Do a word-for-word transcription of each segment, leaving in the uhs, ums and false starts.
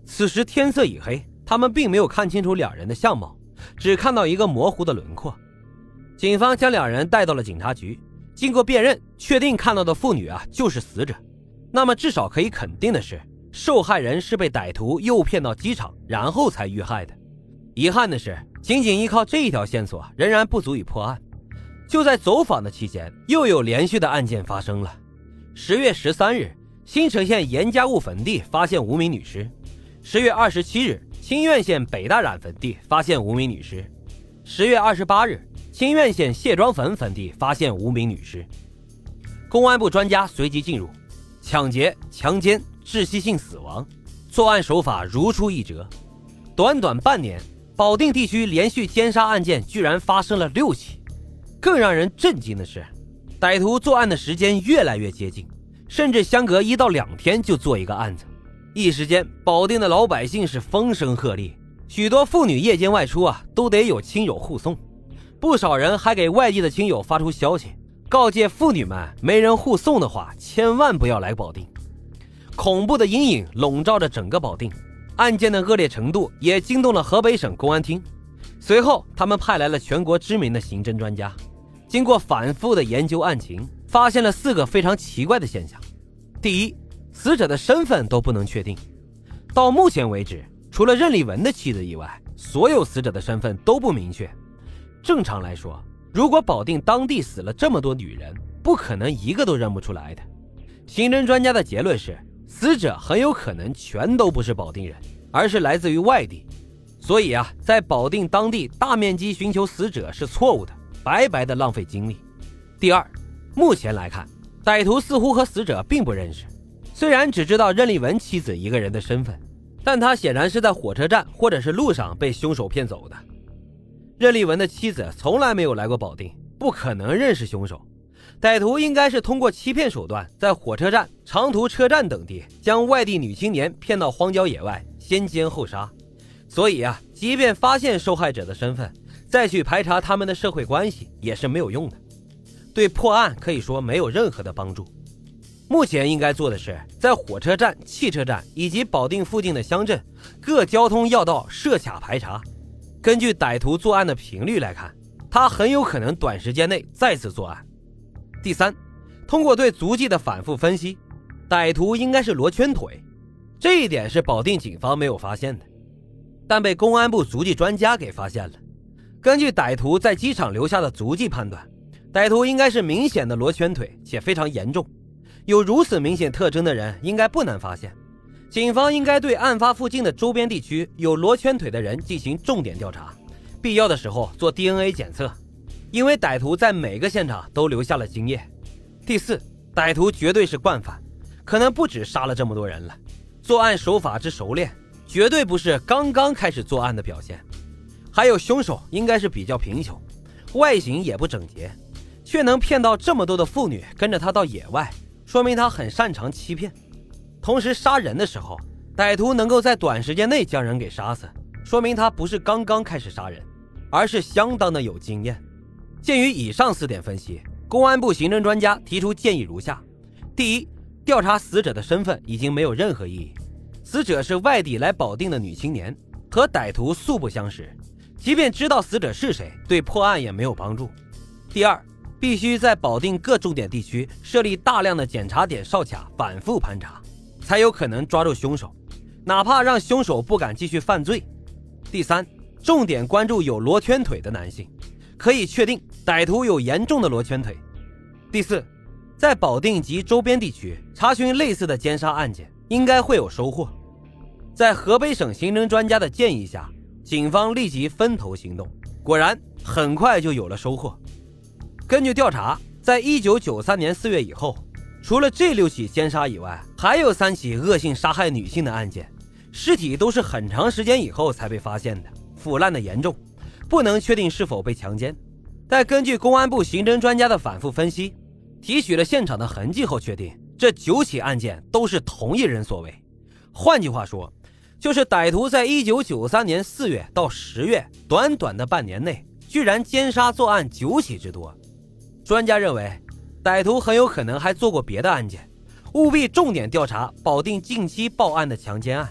此时天色已黑，他们并没有看清楚两人的相貌，只看到一个模糊的轮廓。警方将两人带到了警察局，经过辨认，确定看到的妇女啊就是死者。那么至少可以肯定的是，受害人是被歹徒诱骗到机场，然后才遇害的。遗憾的是，仅仅依靠这一条线索仍然不足以破案。就在走访的期间，又有连续的案件发生了。十月十三日，新城县严家坞坟地发现无名女尸；十月二十七日，清苑县北大染坟地发现无名女尸；十月二十八日，清苑县谢庄坟坟地发现无名女尸。公安部专家随即进入，抢劫、强奸、窒息性死亡，作案手法如出一辙。短短半年，保定地区连续奸杀案件居然发生了六起。更让人震惊的是，歹徒作案的时间越来越接近，甚至相隔一到两天就做一个案子。一时间，保定的老百姓是风声鹤唳，许多妇女夜间外出啊，都得有亲友护送。不少人还给外地的亲友发出消息，告诫妇女们没人护送的话，千万不要来保定。恐怖的阴影笼罩着整个保定，案件的恶劣程度也惊动了河北省公安厅。随后他们派来了全国知名的刑侦专家，经过反复的研究案情，发现了四个非常奇怪的现象。第一，死者的身份都不能确定。到目前为止，除了任立文的妻子以外，所有死者的身份都不明确。正常来说，如果保定当地死了这么多女人，不可能一个都认不出来的。刑侦专家的结论是，死者很有可能全都不是保定人，而是来自于外地。所以啊，在保定当地大面积寻求死者是错误的，白白的浪费精力。第二，目前来看，歹徒似乎和死者并不认识，虽然只知道任立文妻子一个人的身份，但他显然是在火车站或者是路上被凶手骗走的。任立文的妻子从来没有来过保定，不可能认识凶手。歹徒应该是通过欺骗手段，在火车站、长途车站等地将外地女青年骗到荒郊野外，先奸后杀。所以啊，即便发现受害者的身份，再去排查他们的社会关系也是没有用的，对破案可以说没有任何的帮助。目前应该做的是，在火车站、汽车站以及保定附近的乡镇各交通要道设卡排查。根据歹徒作案的频率来看，他很有可能短时间内再次作案。第三，通过对足迹的反复分析，歹徒应该是罗圈腿，这一点是保定警方没有发现的，但被公安部足迹专家给发现了。根据歹徒在机场留下的足迹判断，歹徒应该是明显的罗圈腿，且非常严重。有如此明显特征的人应该不难发现，警方应该对案发附近的周边地区有罗圈腿的人进行重点调查，必要的时候做 D N A 检测，因为歹徒在每个现场都留下了精液。第四，歹徒绝对是惯犯，可能不止杀了这么多人了，作案手法之熟练绝对不是刚刚开始作案的表现。还有凶手应该是比较贫穷，外形也不整洁，却能骗到这么多的妇女跟着他到野外，说明他很擅长欺骗。同时杀人的时候，歹徒能够在短时间内将人给杀死，说明他不是刚刚开始杀人，而是相当的有经验。鉴于以上四点分析，公安部刑侦专家提出建议如下：第一，调查死者的身份已经没有任何意义，死者是外地来保定的女青年，和歹徒素不相识，即便知道死者是谁，对破案也没有帮助。第二，必须在保定各重点地区设立大量的检查点哨卡，反复盘查，才有可能抓住凶手，哪怕让凶手不敢继续犯罪。第三，重点关注有罗圈腿的男性，可以确定歹徒有严重的罗圈腿。第四，在保定及周边地区查询类似的奸杀案件，应该会有收获。在河北省刑侦专家的建议下，警方立即分头行动，果然很快就有了收获。根据调查，在一九九三年四月以后，除了这六起奸杀以外，还有三起恶性杀害女性的案件，尸体都是很长时间以后才被发现的，腐烂的严重，不能确定是否被强奸。但根据公安部刑侦专家的反复分析，提取了现场的痕迹后确定，这九起案件都是同一人所为。换句话说，就是歹徒在一九九三年四月到十月短短的半年内，居然奸杀作案九起之多。专家认为，歹徒很有可能还做过别的案件，务必重点调查保定近期报案的强奸案。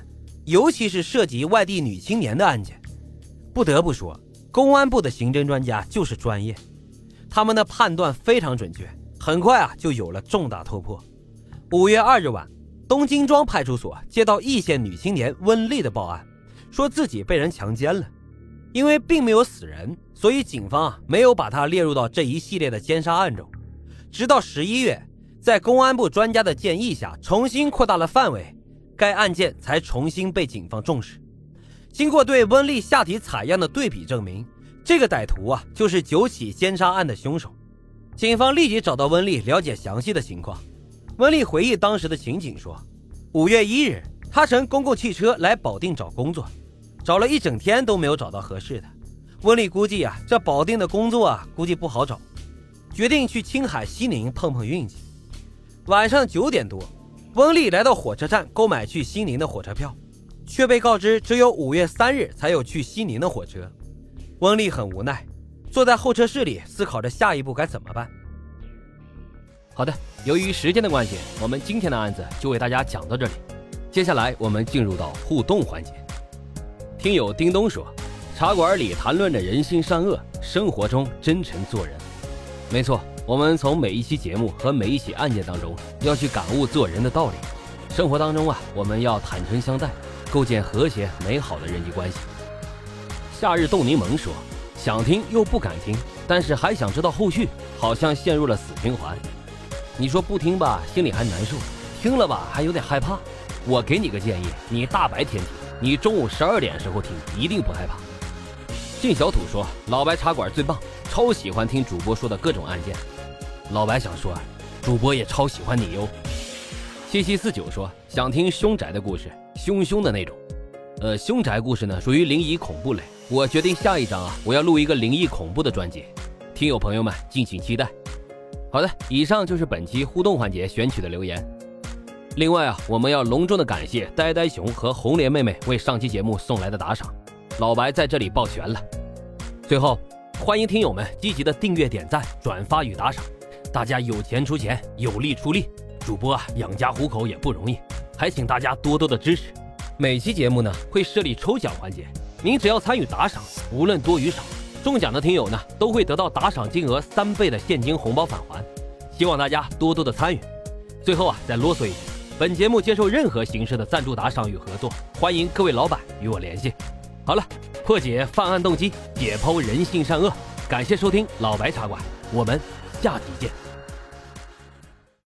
尤其是涉及外地女青年的案件。不得不说，公安部的刑侦专家就是专业，他们的判断非常准确，很快啊就有了重大突破。五月二日晚，东京庄派出所接到易县女青年温丽的报案，说自己被人强奸了。因为并没有死人，所以警方啊没有把她列入到这一系列的奸杀案中。直到十一月，在公安部专家的建议下，重新扩大了范围，该案件才重新被警方重视。经过对温丽下体采样的对比证明，这个歹徒啊就是九起奸杀案的凶手。警方立即找到温丽了解详细的情况。温丽回忆当时的情景说，五月一日，她乘公共汽车来保定找工作，找了一整天都没有找到合适的。温丽估计啊，这保定的工作啊估计不好找，决定去青海西宁碰碰运气。晚上九点多，温丽来到火车站购买去西宁的火车票，却被告知只有五月三日才有去西宁的火车。温丽很无奈，坐在候车室里思考着下一步该怎么办。 好的，由于时间的关系，我们今天的案子就为大家讲到这里。接下来我们进入到互动环节。听友叮咚说，茶馆里谈论着人心善恶，生活中真诚做人。没错，我们从每一期节目和每一起案件当中要去感悟做人的道理。生活当中啊，我们要坦诚相待，构建和谐美好的人际关系。夏日冻柠檬说，想听又不敢听，但是还想知道后续，好像陷入了死循环。你说不听吧，心里还难受；听了吧，还有点害怕。我给你个建议，你大白天听，你中午十二点时候听，一定不害怕。靳小土说，老白茶馆最棒，超喜欢听主播说的各种案件。老白想说，主播也超喜欢你哟。七七四九说，想听凶宅的故事，凶凶的那种。呃，凶宅故事呢，属于灵异恐怖类。我决定下一章啊，我要录一个灵异恐怖的专辑，听友朋友们敬请期待。好的，以上就是本期互动环节选取的留言。另外啊，我们要隆重的感谢呆呆熊和红莲妹妹为上期节目送来的打赏，老白在这里抱拳了。最后，欢迎听友们积极的订阅、点赞、转发与打赏，大家有钱出钱，有力出力，主播啊养家糊口也不容易，还请大家多多的支持。每期节目呢会设立抽奖环节，您只要参与打赏，无论多与少，中奖的听友呢都会得到打赏金额三倍的现金红包返还，希望大家多多的参与。最后啊，再啰嗦一句，本节目接受任何形式的赞助打赏与合作，欢迎各位老板与我联系。好了，破解犯案动机，解剖人性善恶，感谢收听老白茶馆，我们下集见。